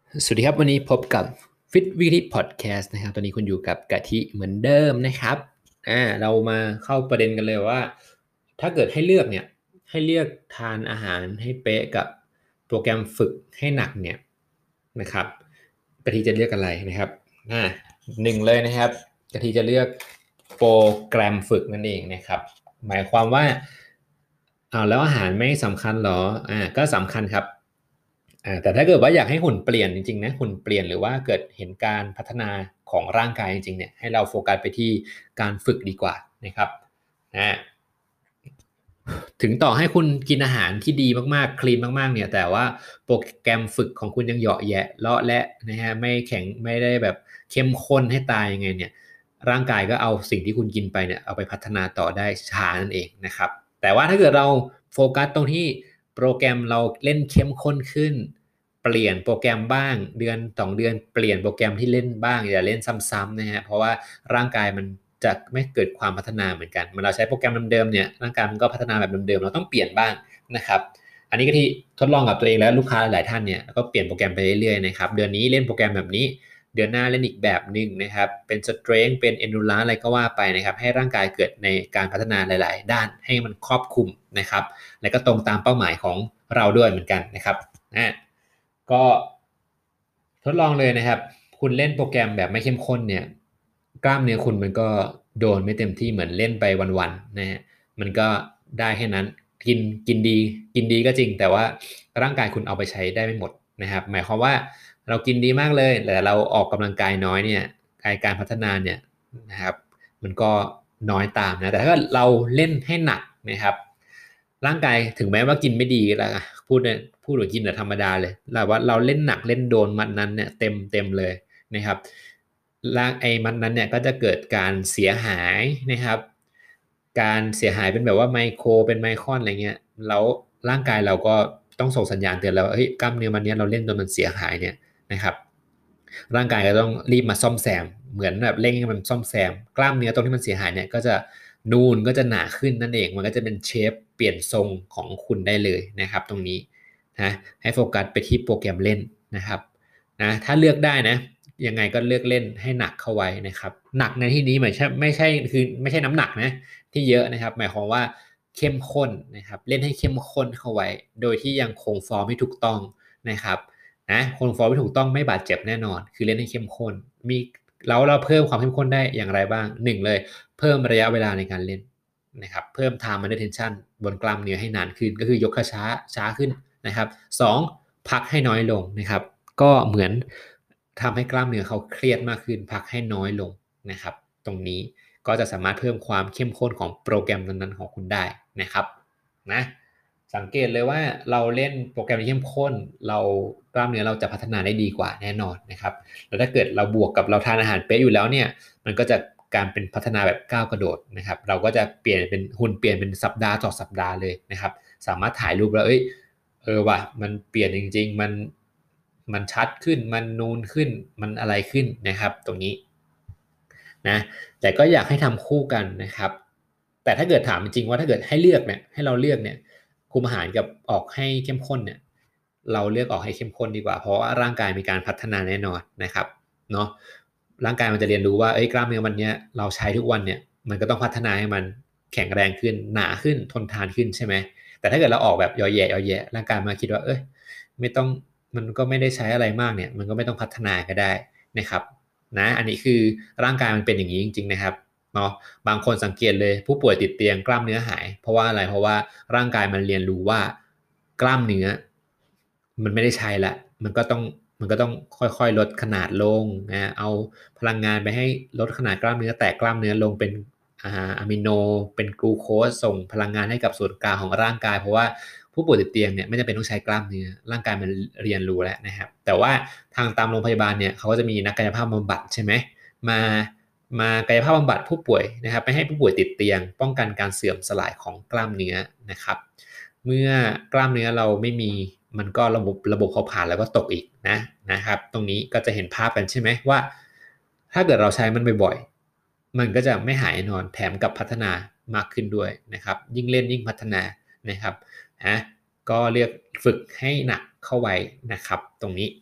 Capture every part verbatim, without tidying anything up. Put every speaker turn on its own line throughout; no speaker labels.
สวัสดีครับวันนี้พบกับ Fit Weekly Podcast นะครับตอนนี้คุณอยู่กับกะทิเหมือนเดิมนะครับอ่าเรามาเข้าประเด็นกันเลยว่าถ้าเกิดให้เลือกเนี่ยให้เลือกทานอาหารให้เป๊ะกับโปรแกรมฝึกให้หนักเนี่ยนะครับกะทิจะเลือกอะไรนะครับอ่าหนึ่งเลยนะครับกะทิจะเลือกโปรแกรมฝึกนั่นเองนะครับหมายความว่าอ้าวแล้วอาหารไม่สำคัญเหรออ่าก็สำคัญครับ อ่าแต่ถ้าเกิดว่าอยากให้หุ่นเปลี่ยนจริงๆนะหุ่นเปลี่ยนหรือว่าเกิดเห็นการพัฒนาของร่างกายจริงๆเนี่ยให้เราโฟกัสไปที่การฝึกดีกว่านะครับอ่าถึงต่อให้คุณกินอาหารที่ดีมากๆคลีนมากๆเนี่ยแต่ว่าโปรแกรมฝึกของคุณยังเหยาะแยะเลาะและนะฮะไม่แข็งไม่ได้แบบเข้มข้นให้ตายยังไงเนี่ยร่างกายก็เอาสิ่งที่คุณกินไปเนี่ยเอาไปพัฒนาต่อได้ช้านั่นเองนะครับแต่ว่าถ้าเกิดเราโฟกัสตรงที่โปรแกรมเราเล่นเข้มข้นขึ้น เปลี่ยนโปรแกรมบ้างเดือนสองเดือนเปลี่ยนโปรแกรมที่เล่นบ้างอย่าเล่นซ้ำๆนะฮะเพราะว่าร่างกายมันจะไม่เกิดความพัฒนาเหมือนกันเมื่อเราใช้โปรแกรมเดิมๆเนี่ยร่างกายมันก็พัฒนาแบบเดิมๆเราต้องเปลี่ยนบ้างนะครับอันนี้ก็ที่ทดลองกับตัวเองแล้วลูกค้าหลายท่านเนี่ยก็เปลี่ยนโปรแกรมไปเรื่อยๆนะครับเดือนนี้เล่นโปรแกรมแบบนี้เดือนหน้าเล่นอีกแบบหนึ่งนะครับเป็นสเตรนท์เป็นเอนดูรานอะไรก็ว่าไปนะครับให้ร่างกายเกิดในการพัฒนาหลายๆด้านให้มันครอบคลุมนะครับและก็ตรงตามเป้าหมายของเราด้วยเหมือนกันนะครับนะ ก็ทดลองเลยนะครับคุณเล่นโปรแกรมแบบไม่เข้มข้นเนี่ยกล้ามเนื้อคุณมันก็โดนไม่เต็มที่เหมือนเล่นไปวันๆนะฮะมันก็ได้แค่นั้นกินกินดีกินดีก็จริงแต่ว่าร่างกายคุณเอาไปใช้ได้ไม่หมดนะครับหมายความว่าเรากินดีมากเลยแต่เราออกกำลังกายน้อยเนี่ยการการพัฒนาเนี่ยนะครับมันก็น้อยตามนะแต่ถ้าเราเล่นให้หนักนะครับ ร่างกายถึงแม้ว่ากินไม่ดีก็แล้วพูดเนี่ยพูดหรือกินแต่ธรรมดาเลยแต่ว่าเราเล่นหนักเล่นโดนมันนั้นเนี่ยเต็มเต็มเลยนะครับร่างไอ้มันนั้นเนี่ยก็จะเกิดการเสียหายนะครับการเสียหายเป็นแบบว่าไมโครเป็นไมครอนอะไรเงี้ยแล้วร่างกายเราก็ต้องส่งสัญญาณเตือนแล้วว่าเฮ้ยกล้ามเนื้อมันเนี้ยเราเล่นจนมันเสียหายเนี่ยนะครับร่างกายก็ต้องรีบมาซ่อมแซมเหมือนแบบเร่งให้มันซ่อมแซมกล้ามเนื้อตรงที่มันเสียหายเนี่ยก็จะ นูนก็จะหนาขึ้นนั่นเองมันก็จะเป็นเชฟเปลี่ยนทรงของคุณได้เลยนะครับตรงนี้นะให้โฟกัสไปที่โปรแกรมเล่นนะครับนะถ้าเลือกได้นะยังไงก็เลือกเล่นให้หนักเข้าไว้นะครับหนักในที่นี้หมายใช่ไม่ใช่คือไม่ใช่น้ำหนักนะที่เยอะนะครับหมายความว่าเข้มข้นนะครับเล่นให้เข้มข้นเข้าไว้โดยที่ยังคงฟอร์มให้ถูกต้องนะครับนะคงฟอร์มให้ถูกต้องไม่บาดเจ็บแน่นอนคือเล่นให้เข้มข้นมีแล้วเราเพิ่มความเข้มข้นได้อย่างไรบ้างหนึ่งเลย เพิ่มระยะเวลาในการเล่นนะครับเพิ่ม time under tension บนกล้ามเนื้อให้นานขึ้นก็คือยกช้าช้าขึ้นนะครับสองพักให้น้อยลงนะครับก็เหมือนทำให้กล้ามเนื้อเขาเครียดมากขึ้นพักให้น้อยลงนะครับตรงนี้ก็จะสามารถเพิ่มความเข้มข้นของโปรแกรมนั้นๆของคุณได้นะครับนะสังเกตเลยว่าเราเล่นโปรแกรมที่เข้มข้นเรากล้ามเนื้อเราจะพัฒนาได้ดีกว่าแน่นอนนะครับแล้วถ้าเกิดเราบวกกับเราทานอาหารเป๊ะอยู่แล้วเนี่ย มันก็จะการเป็นพัฒนาแบบก้าวกระโดดนะครับเราก็จะเปลี่ยนเป็นหุ่นเปลี่ยนเป็นสัปดาห์ต่อสัปดาห์เลยนะครับสามารถถ่ายรูปแล้วเอ้ยเออว่ะมันเปลี่ยนจริงๆมันมันชัดขึ้นมันนูนขึ้นมันอะไรขึ้นนะครับตรงนี้นะแต่ก็อยากให้ทำคู่กันนะครับแต่ถ้าเกิดถามจริงๆว่าถ้าเกิดให้เลือกเนี่ยให้เราเลือกเนี่ยคุมอาหารกับออกให้เข้มข้นเนี่ยเราเลือกออกให้เข้มข้นดีกว่าเพราะว่าร่างกายมีการพัฒนาแน่นอนนะครับเนาะ ร่างกายมันจะเรียนรู้ว่าเอ้ยกล้ามเนื้อมันเนี้ยเราใช้ทุกวันเนี่ยมันก็ต้องพัฒนาให้มันแข็งแรงขึ้นหนาขึ้นทนทานขึ้นใช่ไหมแต่ถ้าเกิดเราออกแบบยอแยะยอแยะร่างกายมาคิดว่าเอ้ยไม่ต้องมันก็ไม่ได้ใช้อะไรมากเนี่ยมันก็ไม่ต้องพัฒนาก็ได้นะครับนะอันนี้คือร่างกายมันเป็นอย่างนี้จริงๆนะครับเนาะบางคนสังเกตเลยผู้ป่วยติดเตียงกล้ามเนื้อหายเพราะว่าอะไรเพราะว่าร่างกายมันเรียนรู้ว่ากล้ามเนื้อมันไม่ได้ใช้ละมันก็ต้อง มันก็ต้องค่อยๆลดขนาดลงนะเอาพลังงานไปให้ลดขนาดกล้ามเนื้อแตกกล้ามเนื้อลงเป็นอาอะมิโนเป็นกลูโคสส่งพลังงานให้กับส่วนกลางของร่างกายเพราะว่าผู้ป่วยติดเตียงเนี่ยไม่จำเป็นต้องใช้กล้ามเนื้อร่างกายมันเรียนรู้แล้วนะครับแต่ว่าทางตามโรงพยาบาลเนี่ยเขาก็จะมีนักกายภาพบำบัดใช่ไหมมามากายภาพบำบัดผู้ป่วยนะครับไม่ให้ผู้ป่วยติดเตียงป้องกันการเสื่อมสลายของกล้ามเนื้อนะครับ เมื่อกล้ามเนื้อเราไม่มีมันก็ระบบระบบเผาผลาญแล้วก็ตกอีกนะนะครับตรงนี้ก็จะเห็นภาพกันใช่ไหมว่าถ้าเกิดเราใช้มันบ่อยๆมันก็จะไม่หายนอนแถมกับพัฒนามากขึ้นด้วยนะครับยิ่งเล่นยิ่งพัฒนานะครับนะก็เลือกฝึกให้หนักเข้าไว้นะครับตรงนี้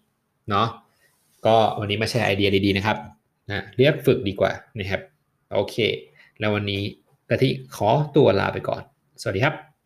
เนาะก็วันนี้มาแชร์ไอเดียดีๆนะครับนะเรียกฝึกดีกว่านะครับโอเคแล้ววันนี้กะทิขอตัวลาไปก่อนสวัสดีครับ